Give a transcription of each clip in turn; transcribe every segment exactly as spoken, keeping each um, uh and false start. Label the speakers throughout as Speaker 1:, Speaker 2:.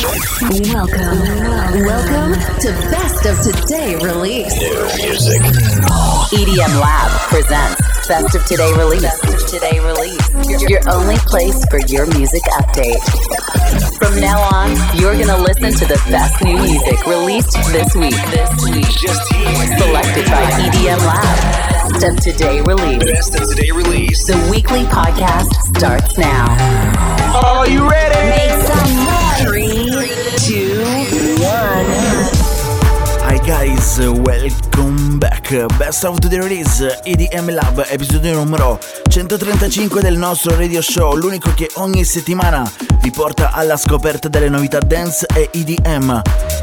Speaker 1: Welcome, welcome to Best of Today Release.
Speaker 2: New music.
Speaker 3: E D M Lab presents Best of Today Release. Best of Today Release. Your only place for your music update. From now on, you're gonna listen to the best new music released this week. This week.
Speaker 2: Just here.
Speaker 3: Selected by E D M Lab. Best of Today Release.
Speaker 2: Best of Today Release.
Speaker 3: The weekly podcast starts now.
Speaker 2: Are you ready?
Speaker 3: Make some noise. Three, two, one.
Speaker 4: Hi guys, welcome back. Best of the Release, E D M Lab, episodio numero centotrentacinque del nostro radio show, l'unico che ogni settimana vi porta alla scoperta delle novità dance e E D M.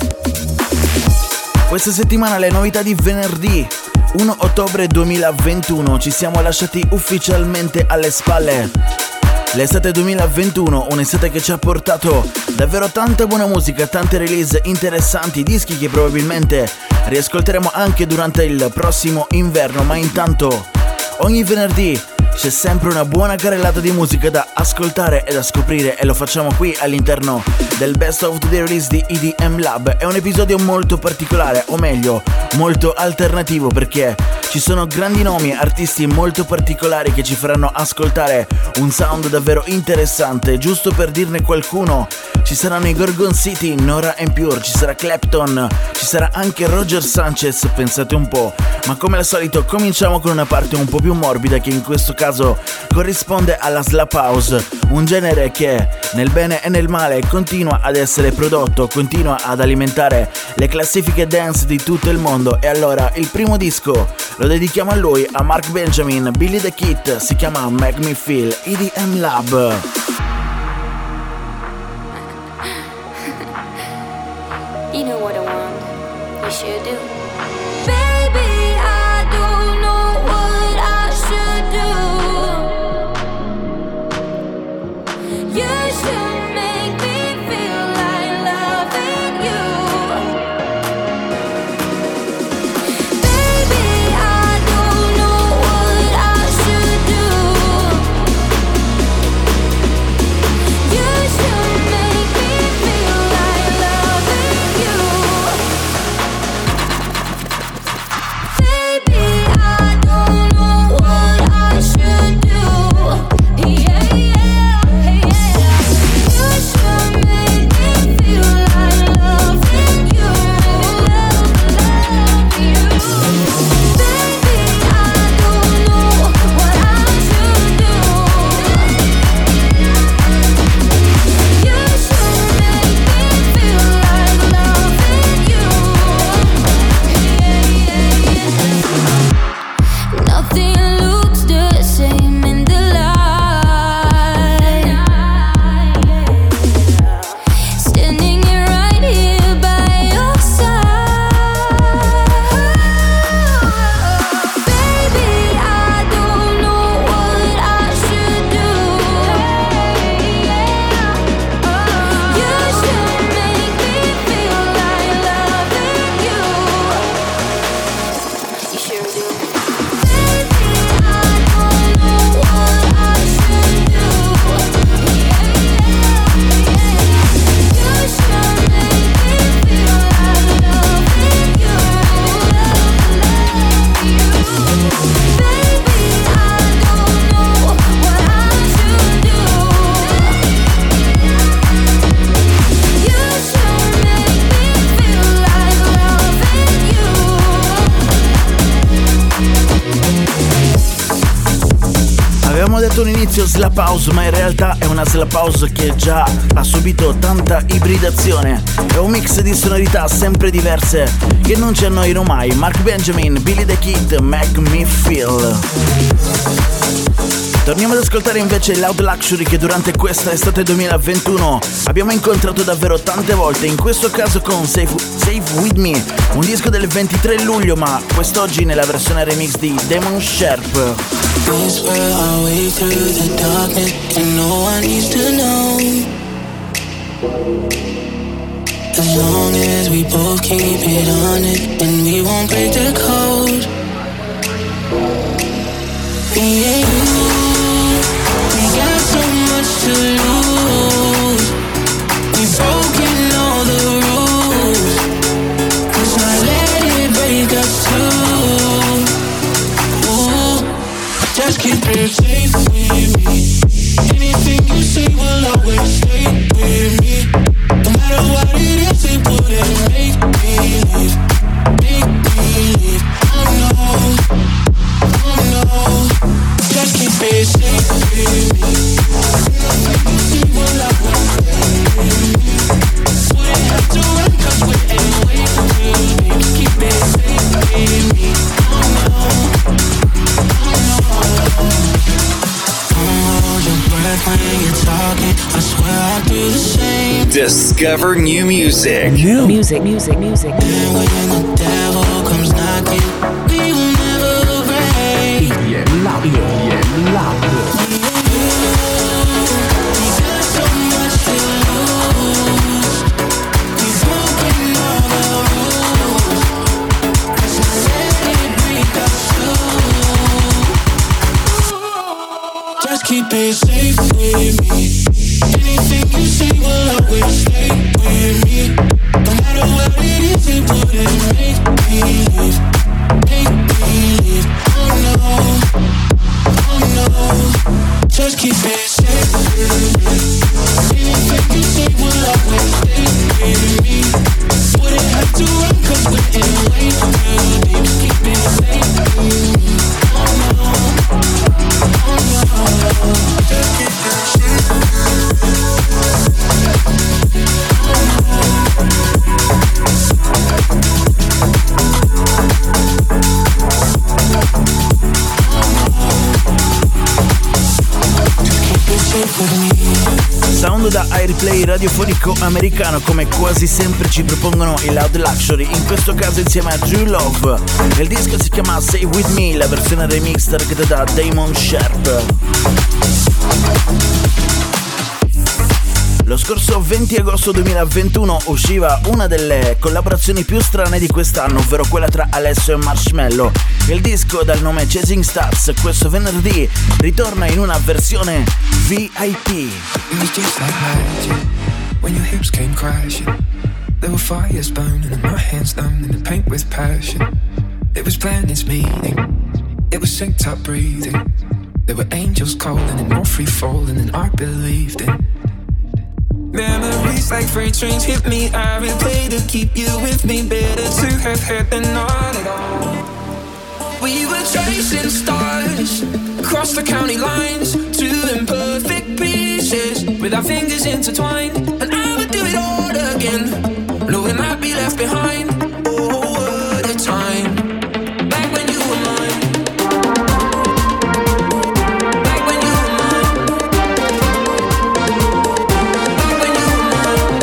Speaker 4: Questa settimana le novità di venerdì primo ottobre duemilaventuno, ci siamo lasciati ufficialmente alle spalle. L'estate duemilaventuno, un'estate che ci ha portato davvero tanta buona musica, tante release interessanti, dischi che probabilmente riascolteremo anche durante il prossimo inverno, ma intanto ogni venerdì c'è sempre una buona carrellata di musica da ascoltare e da scoprire e lo facciamo qui all'interno del Best of the Release di E D M Lab. È un episodio molto particolare, o meglio, molto alternativo, perché ci sono grandi nomi, artisti molto particolari che ci faranno ascoltare un sound davvero interessante. Giusto per dirne qualcuno, ci saranno i Gorgon City, Nora En Pure, ci sarà Clapton, ci sarà anche Roger Sanchez, pensate un po'. Ma come al solito cominciamo con una parte un po' più morbida che in questo caso corrisponde alla Slap House, un genere che nel bene e nel male continua ad essere prodotto, continua ad alimentare le classifiche dance di tutto il mondo. E allora il primo disco lo dedichiamo a lui, a Mark Benjamin, Billy the Kid, si chiama Make Me Feel, E D M Lab.
Speaker 5: You know what I want, you should do.
Speaker 4: Un inizio slap house, ma in realtà è una slap house che già ha subito tanta ibridazione. È un mix di sonorità sempre diverse che non ci annoiano mai. Mark Benjamin, Billy the Kid, Make Me Feel. Torniamo ad ascoltare invece Loud Luxury, che durante questa estate duemilaventuno abbiamo incontrato davvero tante volte, in questo caso con Safe, Safe With Me, un disco del ventitré luglio, ma quest'oggi nella versione remix di Damon Sharp.
Speaker 6: Whisper our way through the darkness and no one needs to know. As long as we both keep it honest and we won't break the code. Me and you, we got so much to lose. We've broken
Speaker 2: Discover new music.
Speaker 7: New music, music, music.
Speaker 6: And when the devil comes knocking, we will never break.
Speaker 7: E D M Lab, E D M Lab.
Speaker 6: Keep it safe with me. Anything you say will always stay with me. No matter what it is, it wouldn't make me leave. Make me leave. Oh no, oh no. Just keep it safe with me. Anything you say will always stay with me. Wouldn't have to run 'cause we're in way too deep. Keep it safe with me. Oh no, oh no. Just keep it safe.
Speaker 4: Sound da airplay radiofonico americano, come quasi sempre ci propongono i Loud Luxury, in questo caso insieme a True Love. Il disco si chiama Stay With Me, la versione remix targata da Damon Sharp. Lo scorso venti agosto duemilaventuno usciva una delle collaborazioni più strane di quest'anno, ovvero quella tra Alesso e Marshmello. Il disco dal nome Chasing Stars questo venerdì ritorna in una versione V I P.
Speaker 8: It was just like magic when your hips came crashing. There were fires burning and my hands numb in the paint with passion. It was planets meeting, it was synced up breathing. There were angels calling and more free falling than I believed in. Memories like freight trains hit me. I replay to keep you with me. Better to have had than not at all. We were chasing stars across the county lines, two imperfect pieces with our fingers intertwined. And I would do it all again, knowing I'd be left behind. Oh, what a time. Back when you were mine. Back when you were mine. Back when you were mine.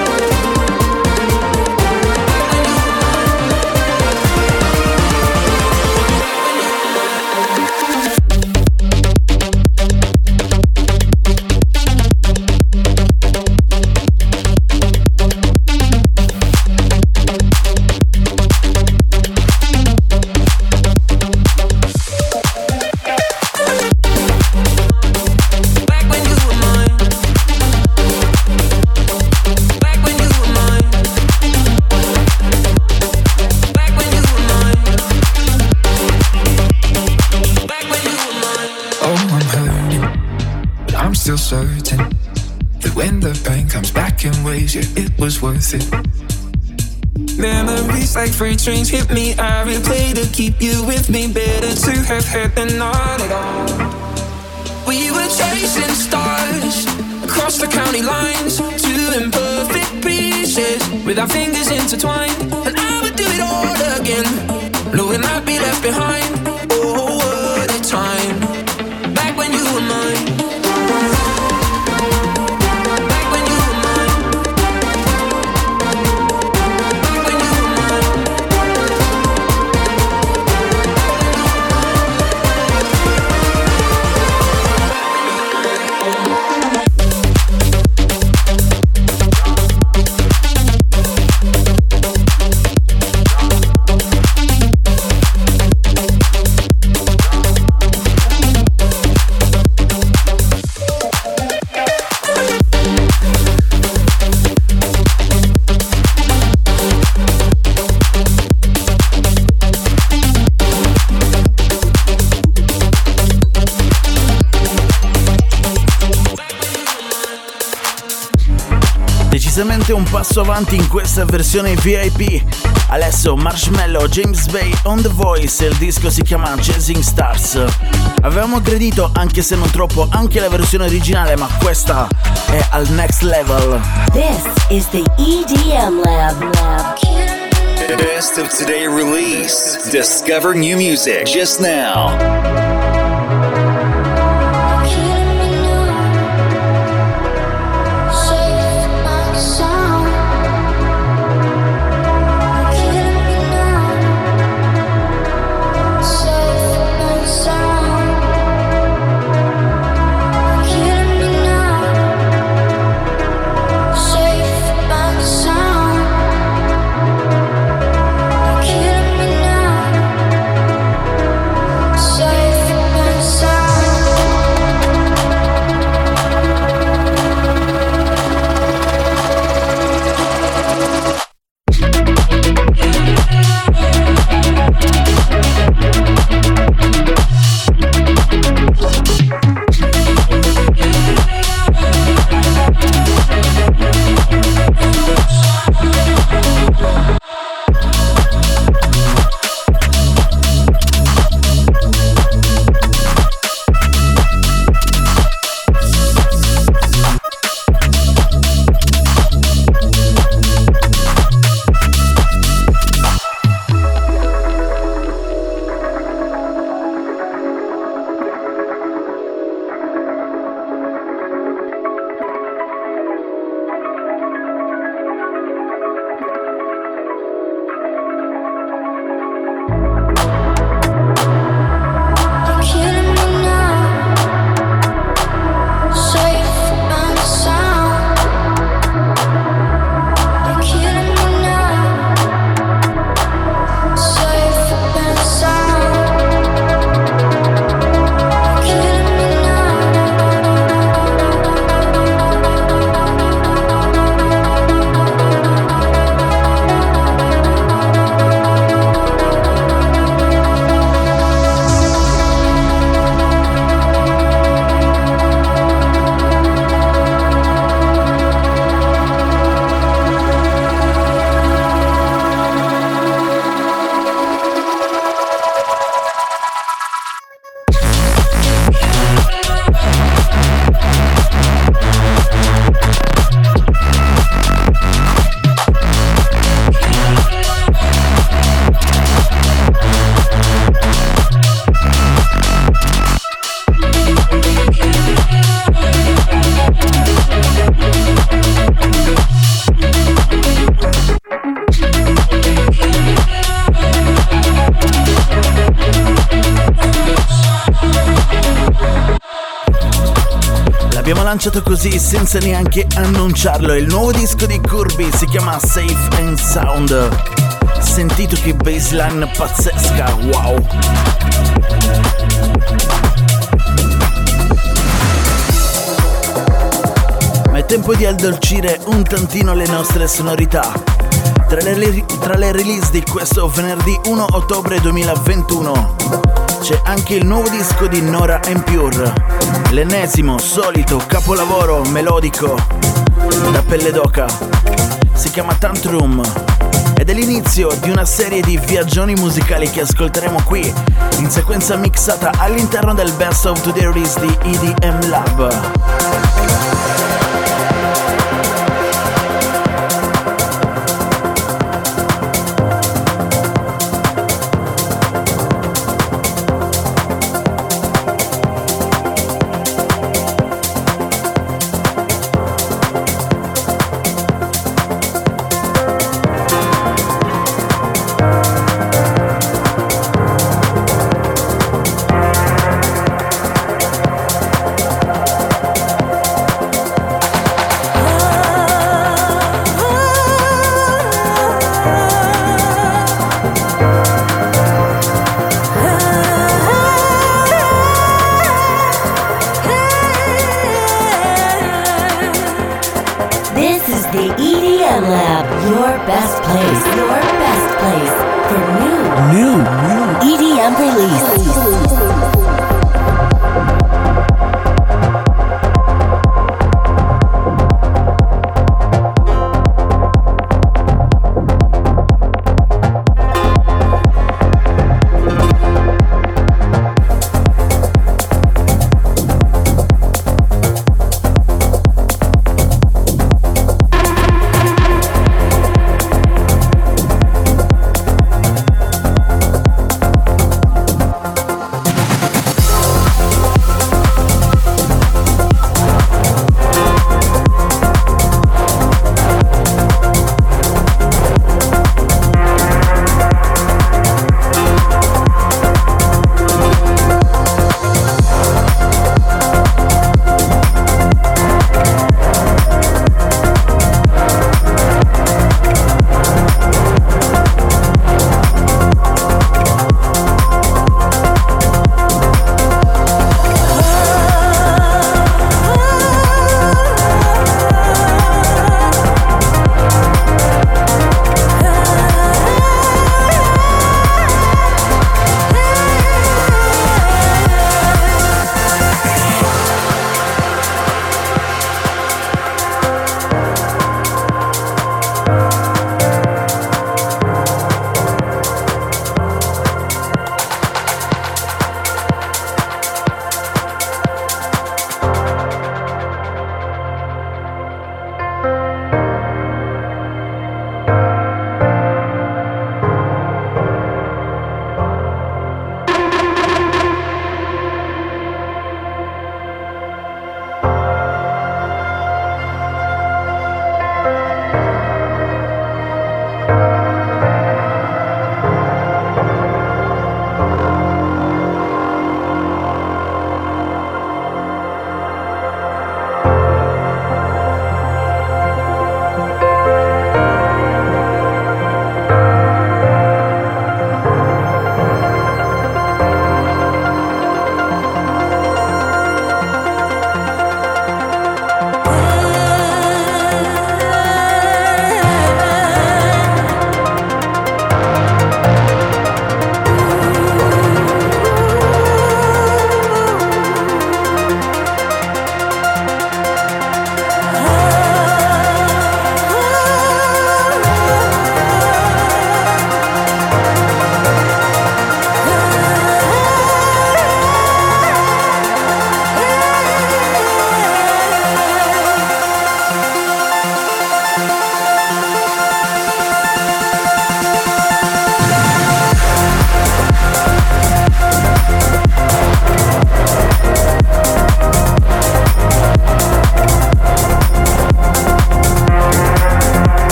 Speaker 8: Certain that when the pain comes back in waves, yeah, it was worth it. Memories like freight trains hit me. I replay to keep you with me. Better to have had than not at all. We were chasing stars across the county lines, two imperfect pieces with our fingers intertwined. And I would do it all again, knowing I'd be left behind. Oh, what a time. Back when you were mine.
Speaker 4: Decisamente un passo avanti in questa versione V I P. Adesso Marshmello, James Bay on The Voice, il disco si chiama Chasing Stars. Avevamo aggredito, anche se non troppo, anche la versione originale, ma questa è al next level.
Speaker 1: This is the E D M Lab. Lab.
Speaker 2: Best of today release. Discover new music just now.
Speaker 5: Save my sound.
Speaker 4: lanciato così senza neanche annunciarlo. Il nuovo disco di Kirby si chiama Safe and Sound. Sentito che bassline pazzesca, wow! Ma è tempo di addolcire un tantino le nostre sonorità. Tra le, tra le release di questo venerdì primo ottobre duemilaventuno c'è anche il nuovo disco di Nora En Pure, l'ennesimo solito capolavoro melodico da pelle d'oca. Si chiama Tantrum ed è l'inizio di una serie di viaggioni musicali che ascolteremo qui in sequenza mixata all'interno del Best of Today Release di E D M Lab.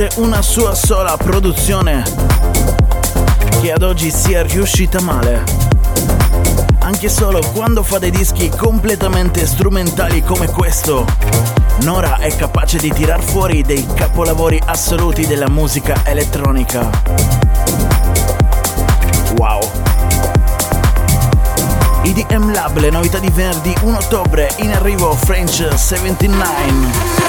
Speaker 4: c'è una sua sola produzione che ad oggi sia riuscita male. Anche solo quando fa dei dischi completamente strumentali come questo, Nora è capace di tirar fuori dei capolavori assoluti della musica elettronica. Wow! I D M Lab, le novità di venerdì primo ottobre, in arrivo French settantanove.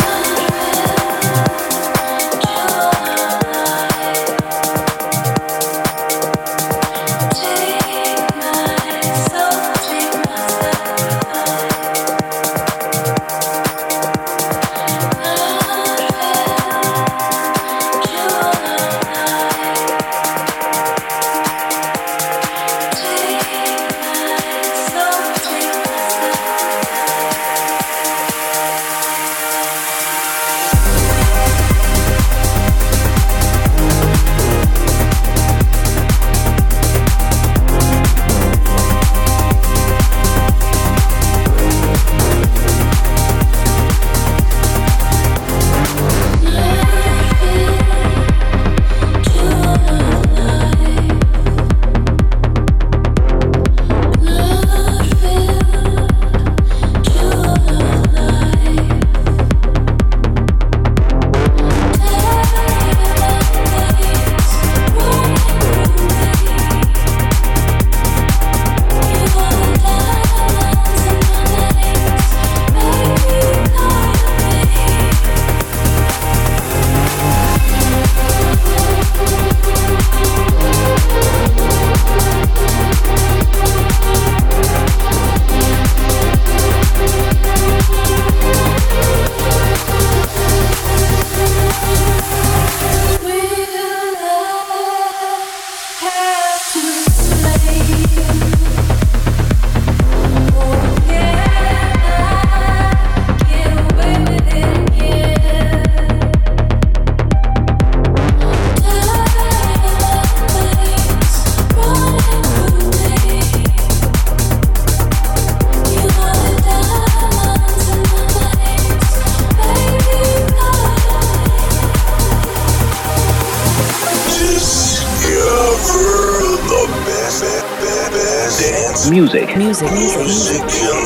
Speaker 7: Music.
Speaker 9: Music. Music.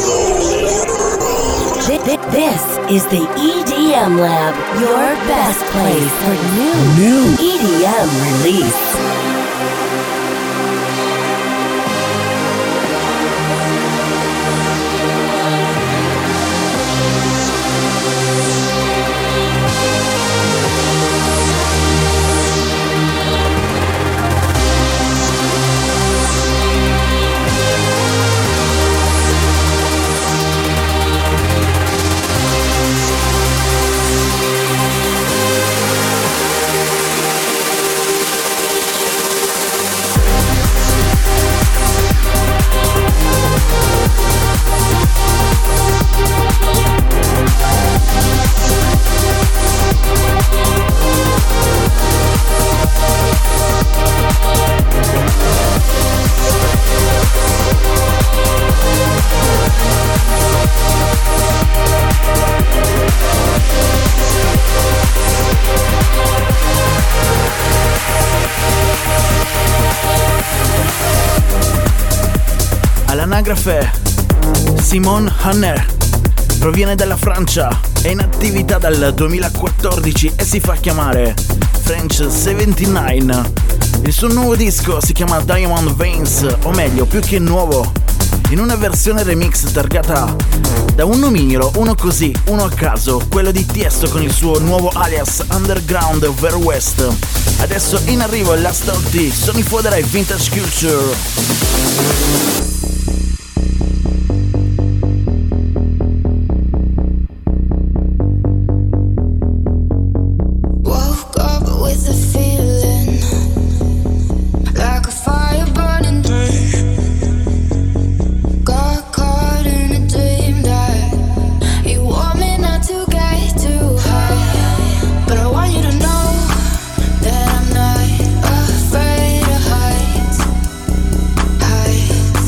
Speaker 9: This is the E D M Lab, your best place for new, new E D M release.
Speaker 4: All'anagrafe Simon Hanner proviene dalla Francia, è in attività dal duemilaquattordici e si fa chiamare French settantanove. Il suo nuovo disco si chiama Diamond Veins, o meglio, più che nuovo, in una versione remix targata da un nomignolo, uno così, uno a caso, quello di Tiesto con il suo nuovo alias Underground over West. Adesso in arrivo il Last of the Sony Fodera e Vintage Culture.
Speaker 10: Afraid of heights, heights.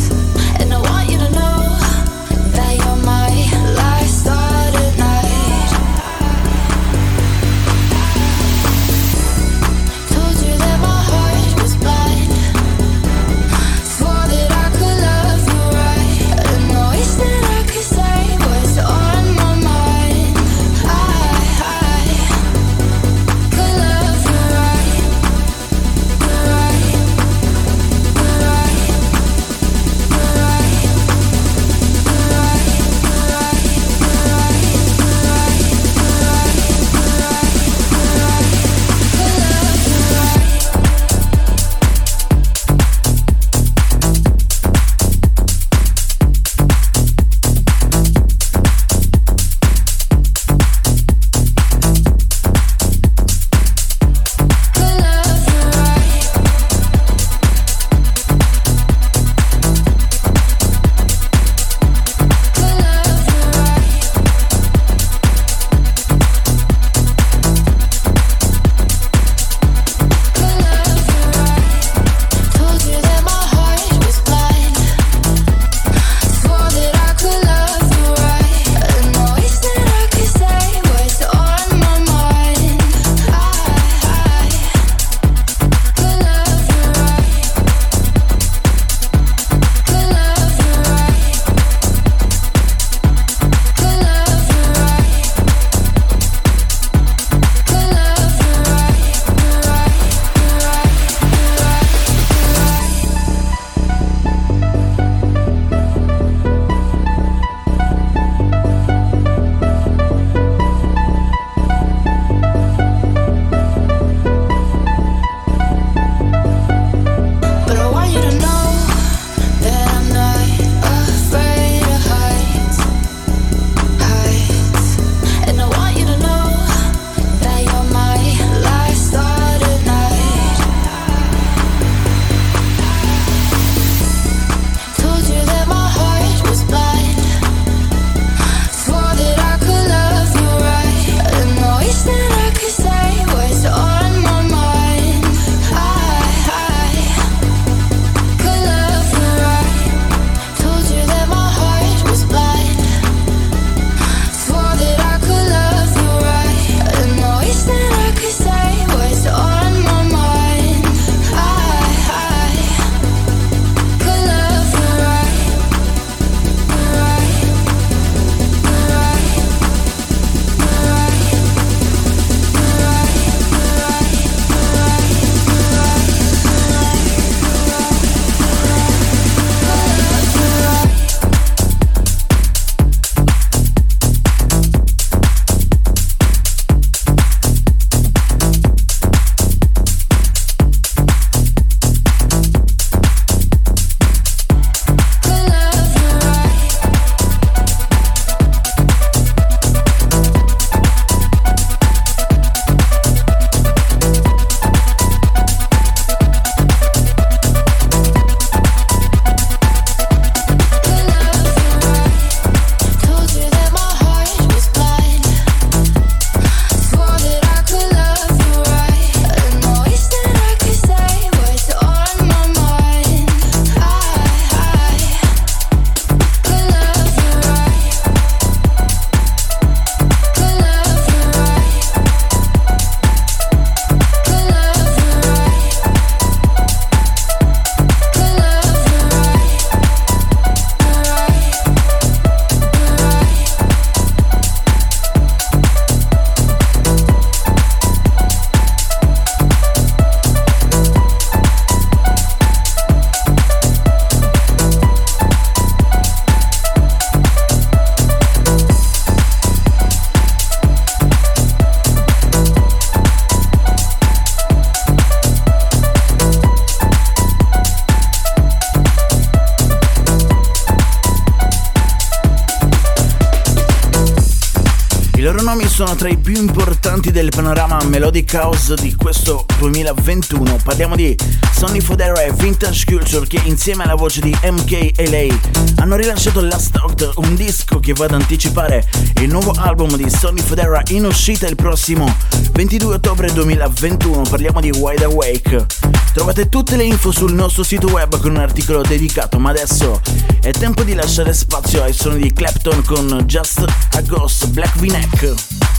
Speaker 4: sono tra i più importanti del panorama melodic house di questo duemilaventuno. Parliamo di Sonny Fodera e Vintage Culture, che insieme alla voce di M K L A hanno rilasciato Last Act, un disco che va ad anticipare il nuovo album di Sonny Fodera in uscita il prossimo ventidue ottobre duemilaventuno. Parliamo di Wide Awake. Trovate tutte le info sul nostro sito web con un articolo dedicato, ma adesso è tempo di lasciare spazio ai suoni di Clapton con Just a Ghost, Black V-Neck.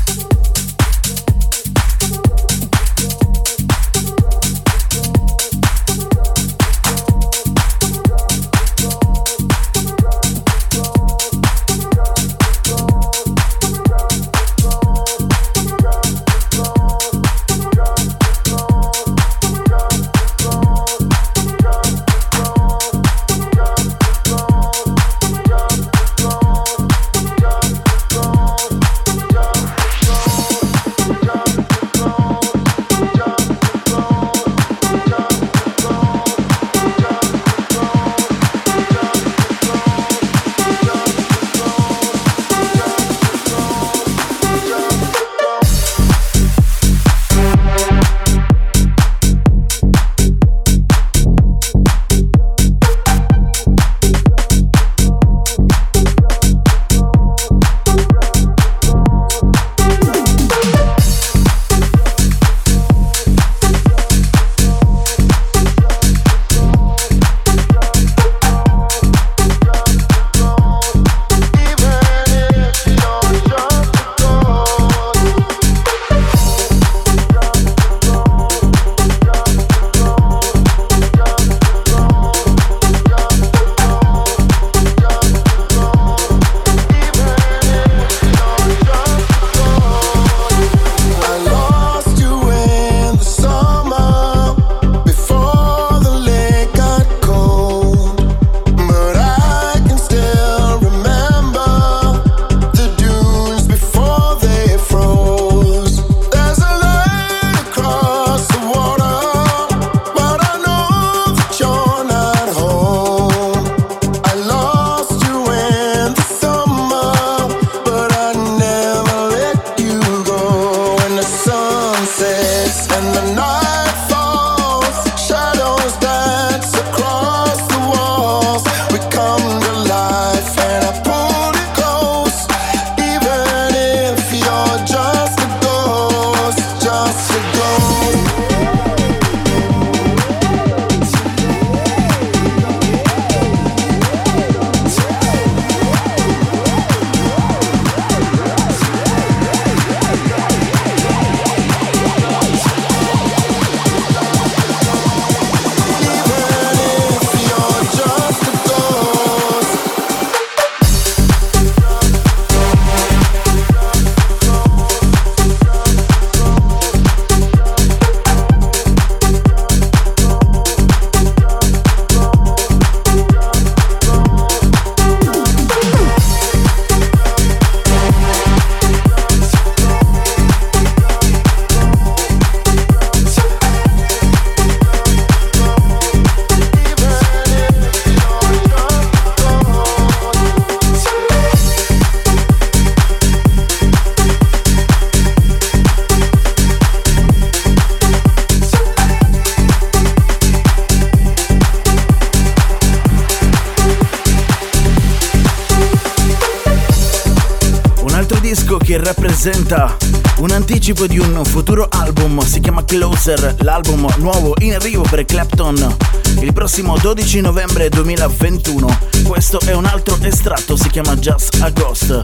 Speaker 4: Che rappresenta un anticipo di un futuro album, si chiama Closer, l'album nuovo in arrivo per Clapton il prossimo dodici novembre duemilaventuno. Questo è un altro estratto, si chiama Just a Ghost.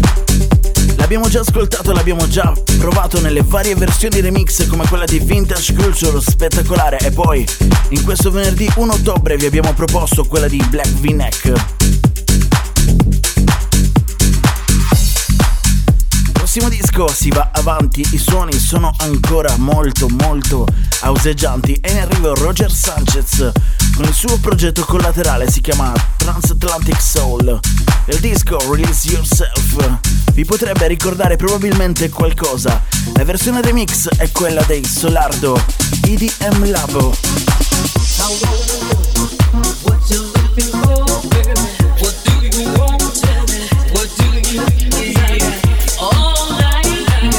Speaker 4: L'abbiamo già ascoltato, l'abbiamo già provato nelle varie versioni remix come quella di Vintage Culture, spettacolare, e poi in questo venerdì primo ottobre vi abbiamo proposto quella di Black V-Neck. Prossimo disco, si va avanti, i suoni sono ancora molto molto auseggianti e in arrivo Roger Sanchez con il suo progetto collaterale, si chiama Transatlantic Soul. Il disco Release Yourself vi potrebbe ricordare probabilmente qualcosa. La versione remix è quella dei Solardo E D M Lab.
Speaker 10: All night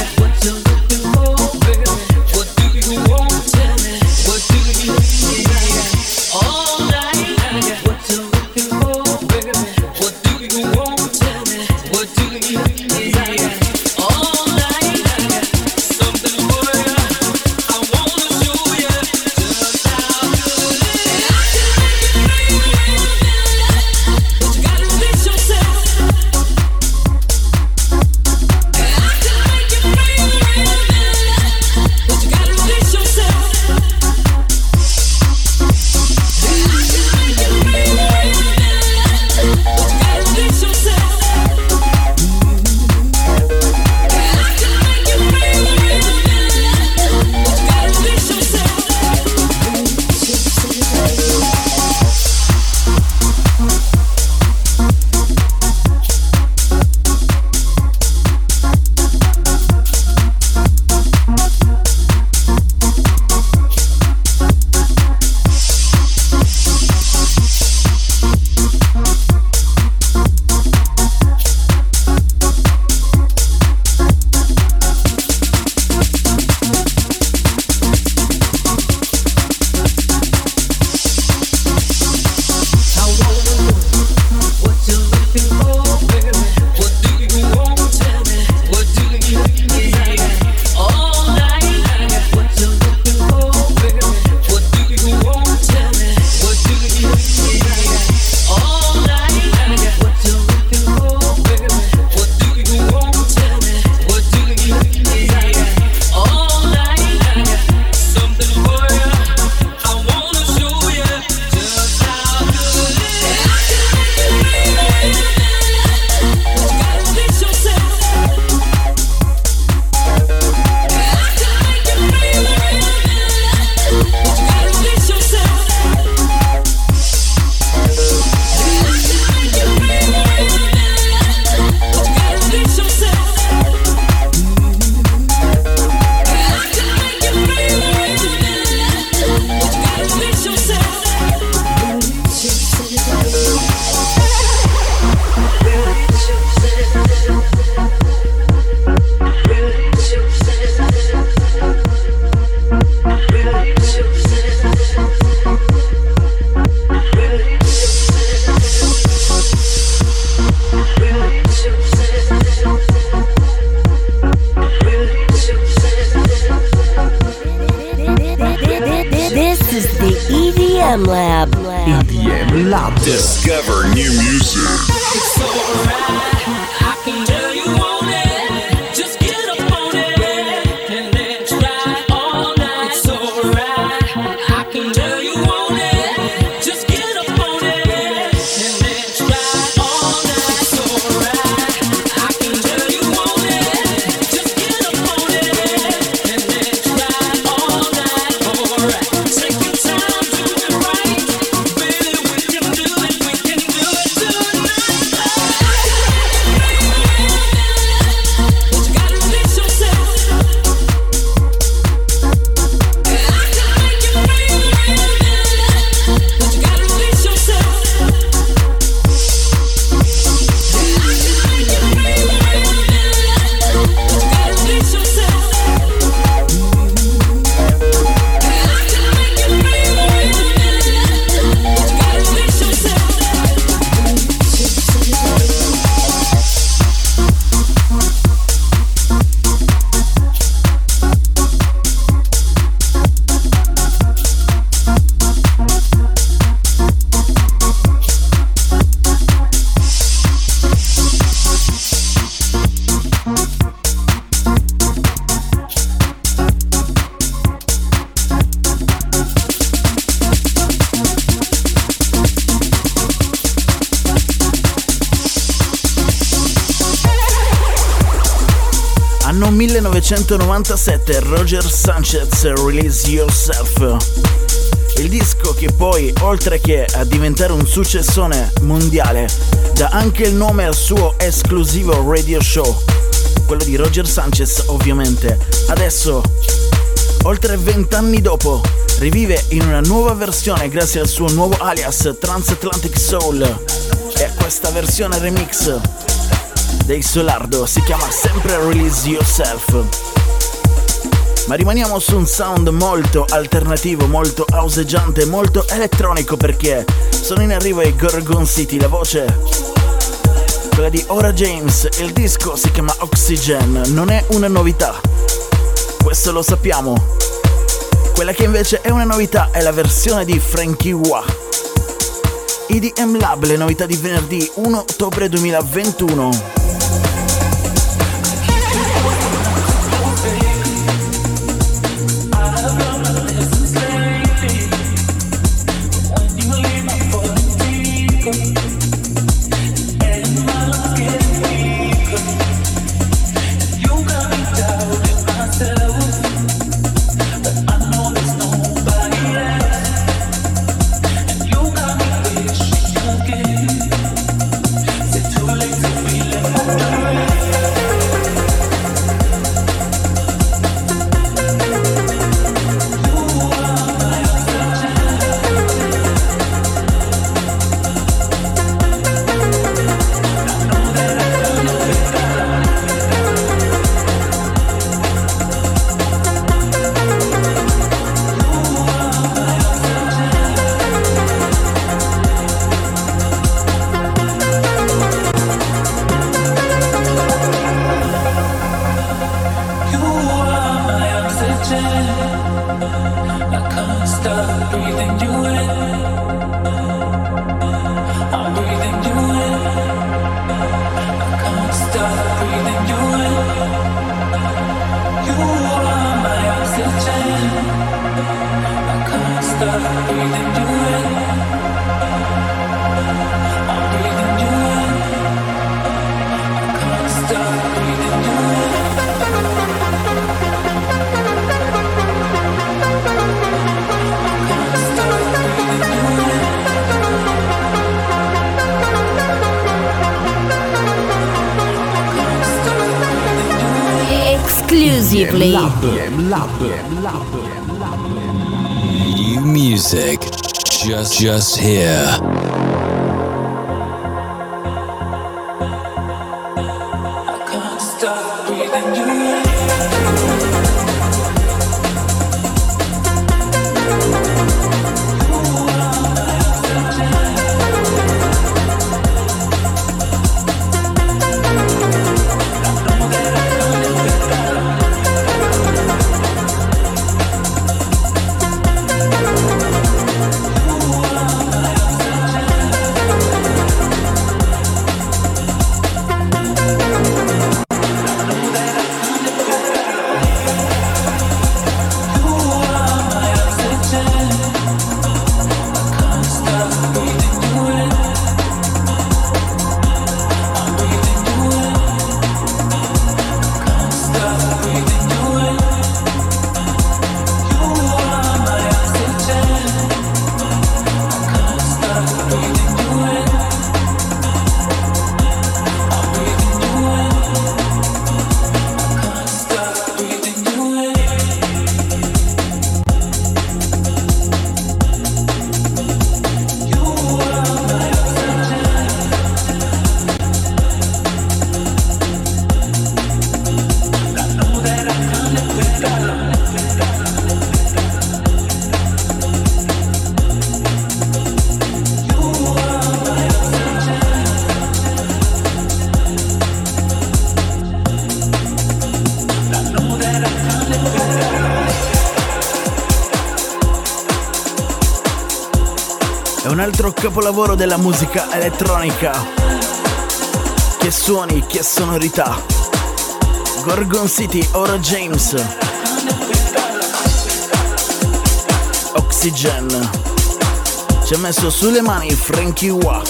Speaker 4: Lab.
Speaker 2: Discover new music.
Speaker 8: It's alright, I can tell you want it. Just get up on it and let's ride all night. It's alright, I can tell you want it. Just get up on it and let's ride all night. It's alright, I can tell you want it. Just get up on it and let's ride all night. Alright, take your time, do it right. Baby, we can do it, we can do it tonight. But you gotta release yourself. And I can make you feel it. But you gotta release yourself. And I can make you feel it. But you gotta release yourself. And I can make you feel it. But you gotta release yourself.
Speaker 4: Anno millenovecentonovantasette, Roger Sanchez, Release Yourself. Il disco che poi, oltre che a diventare un successone mondiale, dà anche il nome al suo esclusivo radio show, quello di Roger Sanchez ovviamente. Adesso, oltre vent'anni dopo, rivive in una nuova versione grazie al suo nuovo alias Transatlantic Soul, e questa versione remix dei Solardo si chiama sempre Release Yourself. Ma rimaniamo su un sound molto alternativo, molto houseggiante, molto elettronico, perché sono in arrivo ai Gorgon City. La voce, quella di Ora James, il disco si chiama Oxygen. Non è una novità, questo lo sappiamo. Quella che invece è una novità è la versione di Frankie Wah. E D M Lab, le novità di venerdì primo ottobre duemilaventuno.
Speaker 9: Exclusively
Speaker 10: new music just just here.
Speaker 4: altro capolavoro della musica elettronica. Che suoni, che sonorità. Gorgon City, ora James. Oxygen. Ci ha messo sulle mani Frankie Wah.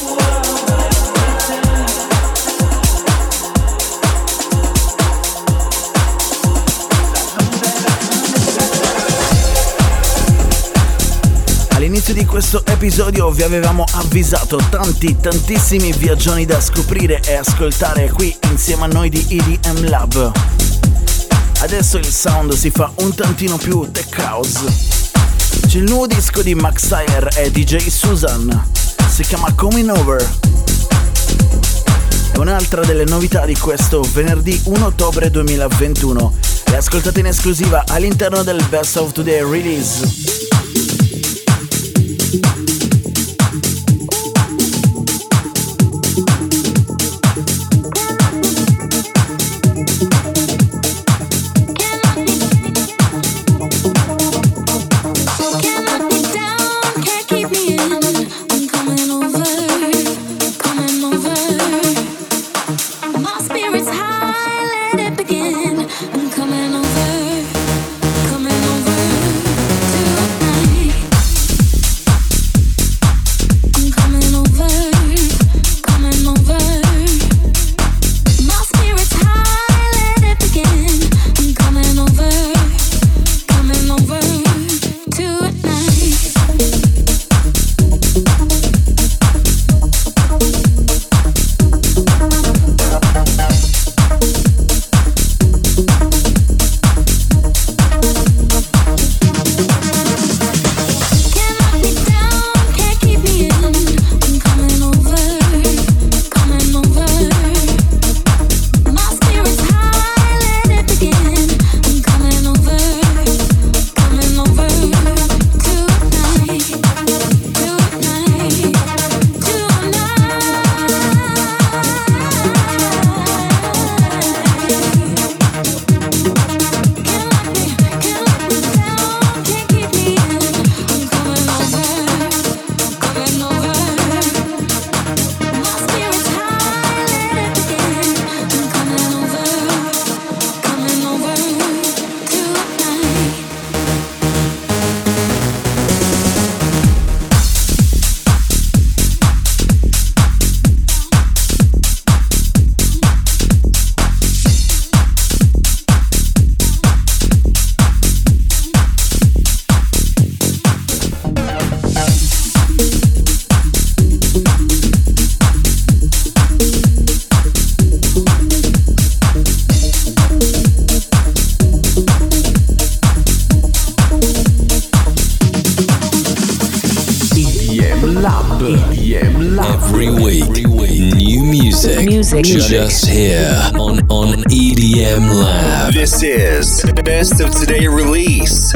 Speaker 4: All'inizio di questo episodio vi avevamo avvisato tanti tantissimi viaggioni da scoprire e ascoltare qui insieme a noi di E D M Lab. Adesso il sound si fa un tantino più tech house. C'è il nuovo disco di Max Tyler e D J Susan, si chiama Coming Over. È un'altra delle novità di questo venerdì primo ottobre duemilaventuno. Le ascoltate in esclusiva all'interno del Best of Today Release.
Speaker 10: Just here on, on E D M Lab.
Speaker 2: This is Best of Today Release.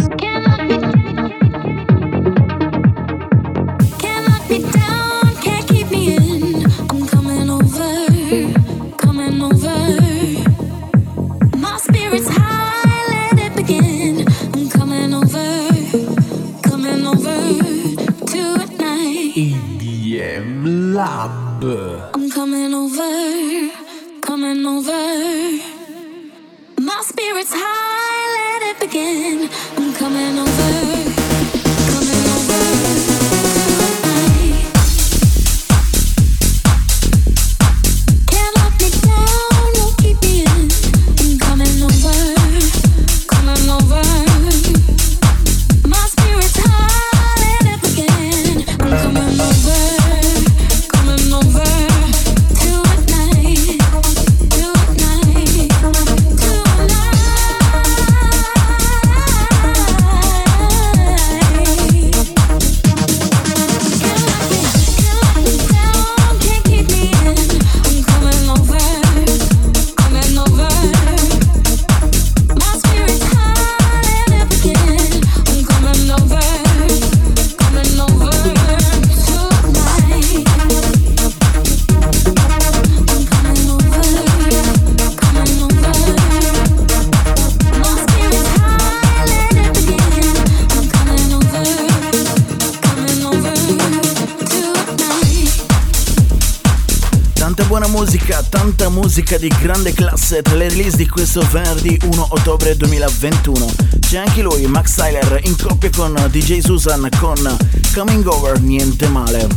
Speaker 4: Tanta buona musica, tanta musica di grande classe tra le release di questo venerdì primo ottobre duemilaventuno. C'è anche lui, Max Tyler, in coppia con D J Susan con Coming Over, niente male.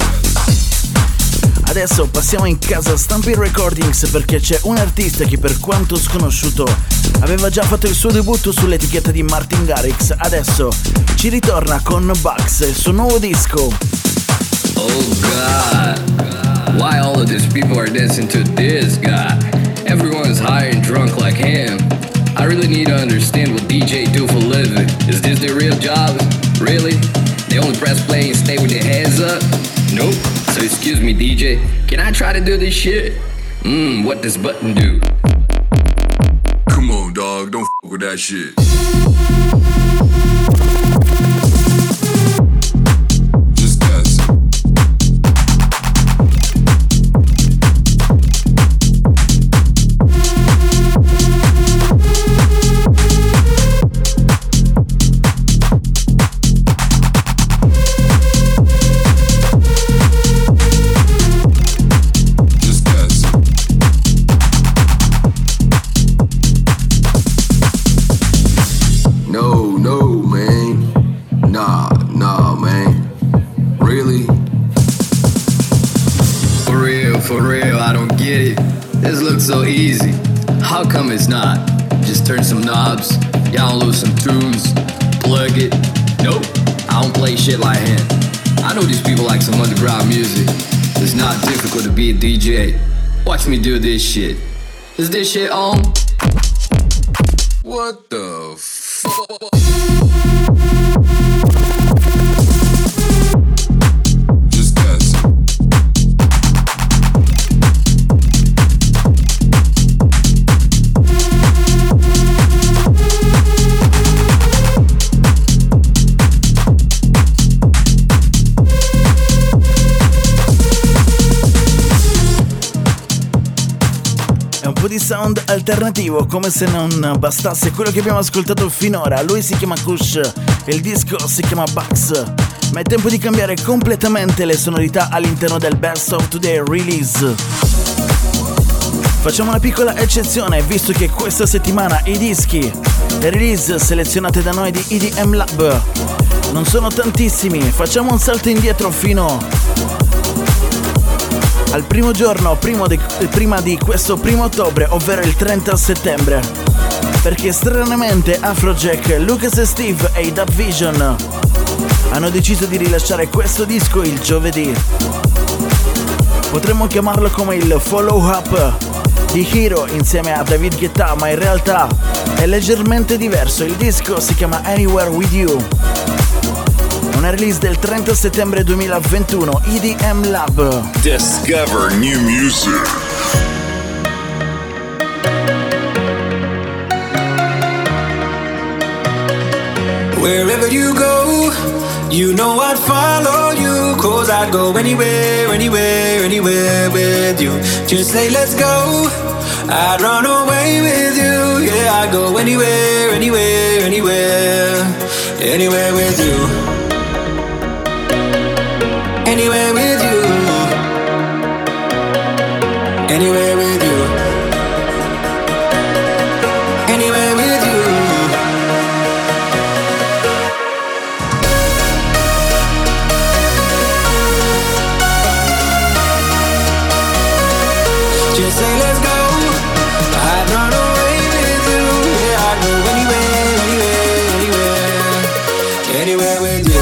Speaker 4: Adesso passiamo in casa Stampin' Recordings perché c'è un artista che, per quanto sconosciuto, aveva già fatto il suo debutto sull'etichetta di Martin Garrix. Adesso ci ritorna con Bugs, il suo nuovo disco.
Speaker 10: Oh God, why all of these people are dancing to this guy? Everyone's high and drunk like him. I really need to understand what D J do for a living. Is this their real job? Really? They only press play and stay with their hands up? Nope. So excuse me, D J, can I try to do this shit? Mmm, what does button do?
Speaker 11: Come on, dog, don't f*** with that shit.
Speaker 10: So easy. How come it's not? Just turn some knobs, download some tunes, plug it. Nope, I don't play shit like him. I know these people like some underground music. It's not difficult to be a D J. Watch me do this shit. Is this shit on?
Speaker 11: What the fuck?
Speaker 4: Di sound alternativo, come se non bastasse quello che abbiamo ascoltato finora. Lui si chiama Kush e il disco si chiama Bugs, ma è tempo di cambiare completamente le sonorità all'interno del Best of Today Release. Facciamo una piccola eccezione, visto che questa settimana i dischi, le release selezionate da noi di E D M Lab non sono tantissimi. Facciamo un salto indietro fino al primo giorno primo di, prima di questo primo ottobre, ovvero il trenta settembre, perché stranamente Afrojack, Lucas e Steve e i Dub Vision hanno deciso di rilasciare questo disco il giovedì. Potremmo chiamarlo come il follow up di Hero insieme a David Guetta, ma in realtà è leggermente diverso. Il disco si chiama Anywhere With You, una release del trenta settembre duemilaventuno, E D M Lab.
Speaker 2: Discover new music.
Speaker 8: Wherever you go, you know I'd follow you, 'cause I'd go anywhere, anywhere, anywhere with you. Just say let's go, I'd run away with you. Yeah, I'd go anywhere, anywhere, anywhere, anywhere with you. Anywhere with you, anywhere with you, anywhere with you. Just say let's go, I'd run away with you. Yeah, I'd go anywhere, anywhere, anywhere, anywhere with you.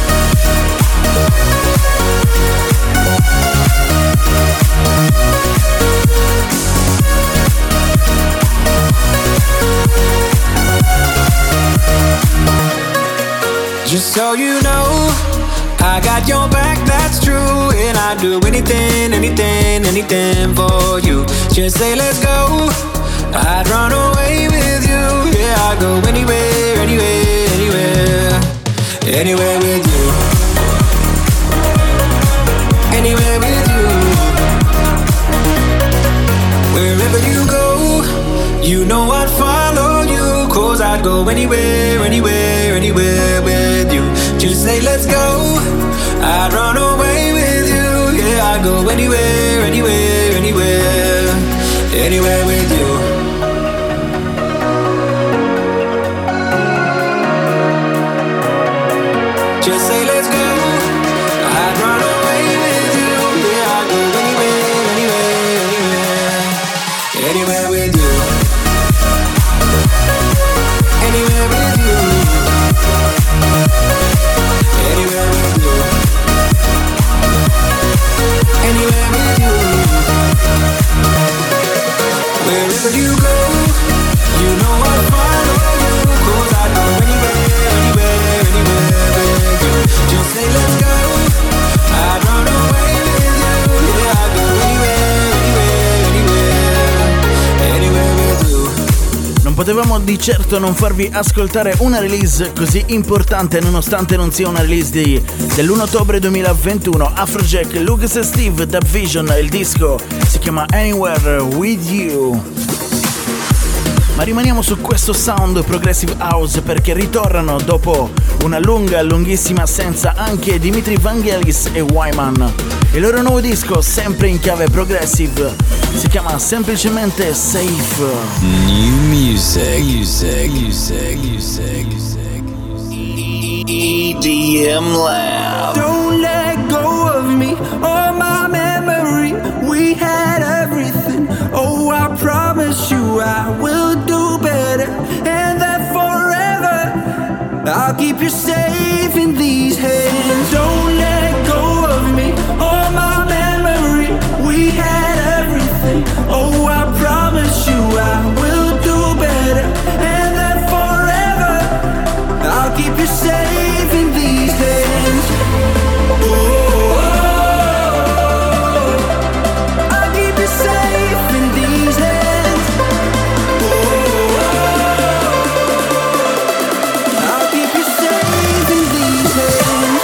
Speaker 8: Just so you know, I got your back, that's true. And I'd do anything, anything, anything for you. Just say let's go, I'd run away with you. Yeah, I'd go anywhere, anywhere, anywhere, anywhere with you. Anywhere with you. Wherever you go, you know I'd follow you. 'Cause I'd go anywhere, anywhere, anywhere with you. Just say let's go, I'd run away with you. Yeah, I'd go anywhere, anywhere, anywhere with you. Just say let's go. I'd run away with you. Yeah, I'd go anywhere, anywhere, anywhere, anywhere with you. Anywhere with you. Anywhere with you. Anywhere with you. Wherever you go, you know I'll follow you. 'Cause I'd go anywhere, anywhere, anywhere with you. Just say let's go. I'd run away with you. Yeah, I'd go anywhere, anywhere, anywhere, anywhere with you.
Speaker 4: Non potevamo di certo non farvi ascoltare una release così importante, nonostante non sia una release di, dell'primo ottobre duemilaventuno. Afrojack, Lucas e Steve, Dub Vision, il disco si chiama Anywhere With You. Ma rimaniamo su questo sound progressive house perché ritornano dopo una lunga, lunghissima assenza anche Dimitri Vangelis e Wyman. Il loro nuovo disco, sempre in chiave progressive, si chiama semplicemente Safe.
Speaker 2: New music, music, music, music, music. E D M Lab.
Speaker 12: Don't let go of me or my memory. We had everything. Oh, I promise you I will do better, and that forever I'll keep you safe in these hands. Don't let go of me or my memory. We had everything. Oh, I promise you I will do better, and that forever I'll keep you safe in these hands. Oh, I'll keep you safe in these hands. Oh, I'll keep you safe in these hands.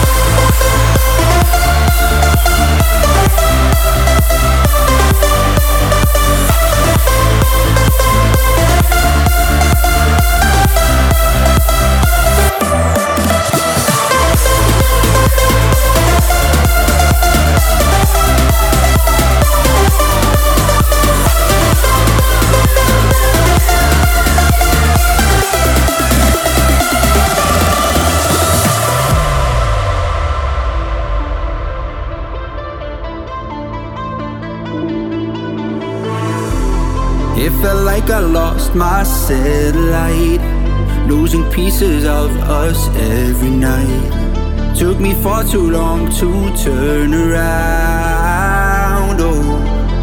Speaker 12: It felt like I lost my satellite, losing pieces of us every night. Took me far too long to turn around. Oh,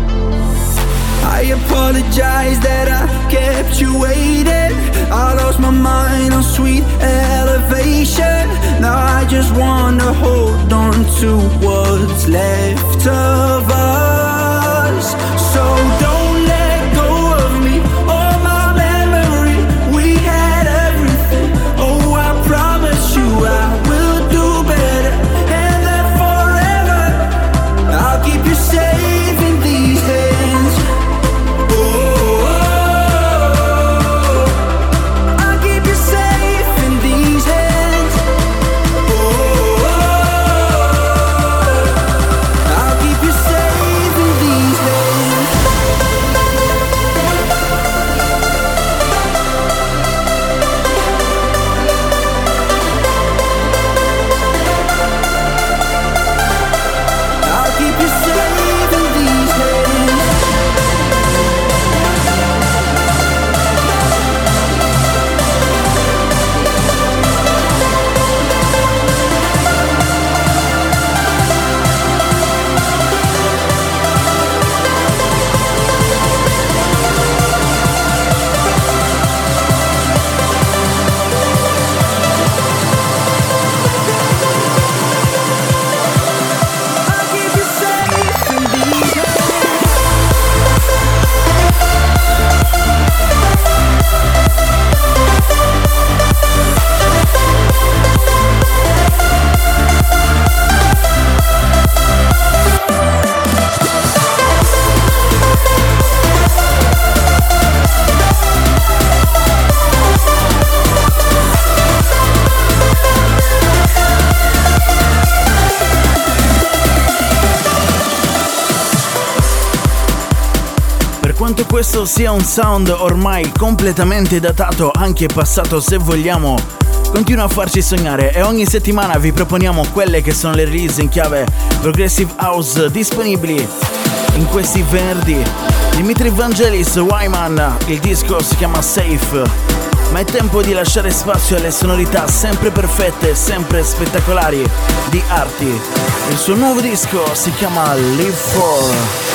Speaker 12: I apologize that I kept you waiting. I lost my mind on sweet elevation. Now I just wanna hold on to what's left of us. So don't let go of me or my memory. We had everything. Oh, I promise you I will do better, and that forever I'll keep you safe in these hands. Oh, I'll keep you safe in these hands. Oh, I'll keep you safe.
Speaker 4: quanto questo sia un sound ormai completamente datato, anche passato se vogliamo, continua a farci sognare e ogni settimana vi proponiamo quelle che sono le release in chiave Progressive House disponibili in questi venerdì. Dimitri Vangelis, Wyman, il disco si chiama Safe. Ma è tempo di lasciare spazio alle sonorità sempre perfette, sempre spettacolari di Arty. Il suo nuovo disco si chiama Live For.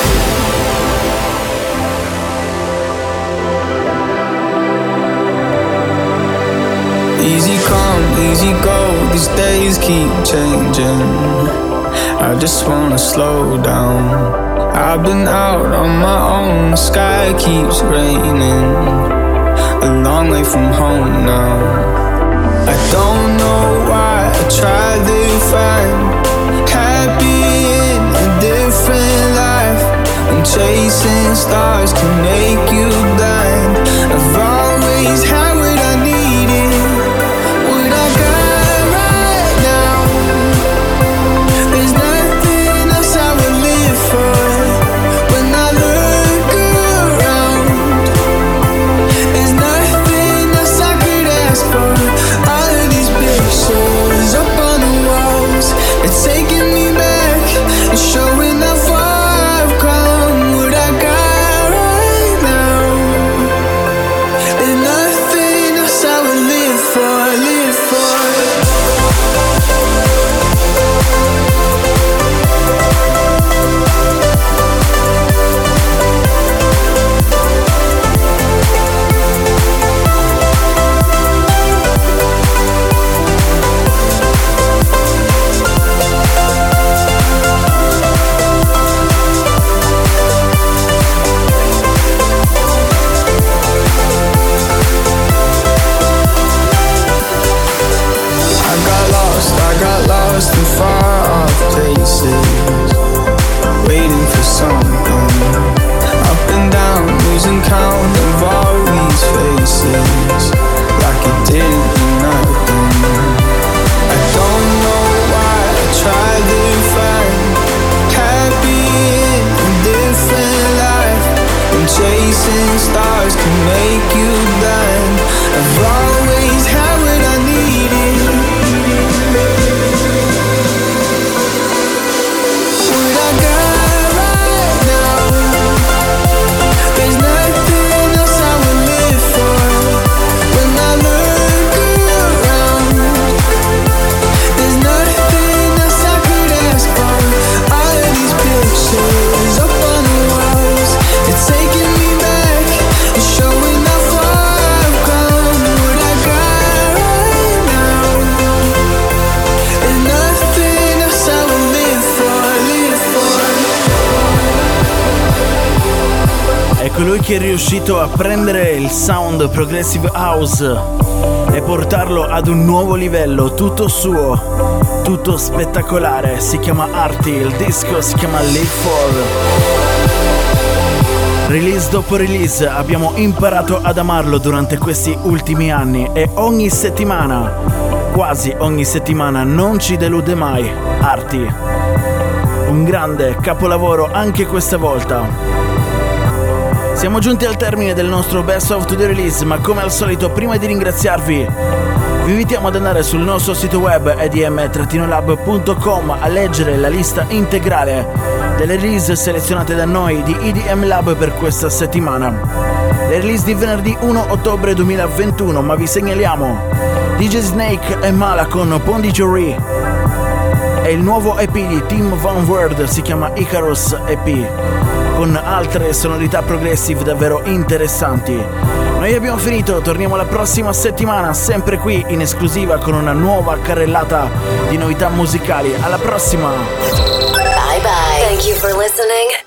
Speaker 13: Easy come, easy go, these days keep changing. I just wanna slow down. I've been out on my own, the sky keeps raining. A long way from home now. I don't know why I try to find happy in a different life. And chasing stars can make you blind. I've always had what I needed, what I got right now. There's nothing else I would live for. When I look around, there's nothing else I could ask for. All of these pictures up on the walls, it's taking me back and showing how far I've come. What I got right now, there's nothing else I would live for, live for. I got lost in far off places, waiting for something. Up and down, losing count of all these faces, like it didn't mean nothing. I don't know why I try to find happy in a different life. And chasing stars can make you blind. I've always had what I needed.
Speaker 4: Colui che è riuscito a prendere il sound Progressive House e portarlo ad un nuovo livello, tutto suo, tutto spettacolare. Si chiama Arty, il disco si chiama Live For. Release dopo release abbiamo imparato ad amarlo durante questi ultimi anni e ogni settimana, quasi ogni settimana, non ci delude mai. Arty, un grande capolavoro anche questa volta. Siamo giunti al termine del nostro Best of the Release, ma come al solito, prima di ringraziarvi, vi invitiamo ad andare sul nostro sito web e d m lab punto com a leggere la lista integrale delle release selezionate da noi di E D M Lab per questa settimana. Le release di venerdì primo ottobre duemilaventuno, ma vi segnaliamo D J Snake e Mala con Pondicherry e il nuovo E P di Team Van Word, si chiama Icarus E P, con altre sonorità progressive davvero interessanti. Noi abbiamo finito, torniamo la prossima settimana, sempre qui in esclusiva con una nuova carrellata di novità musicali. Alla prossima!
Speaker 1: Bye bye. Thank you for listening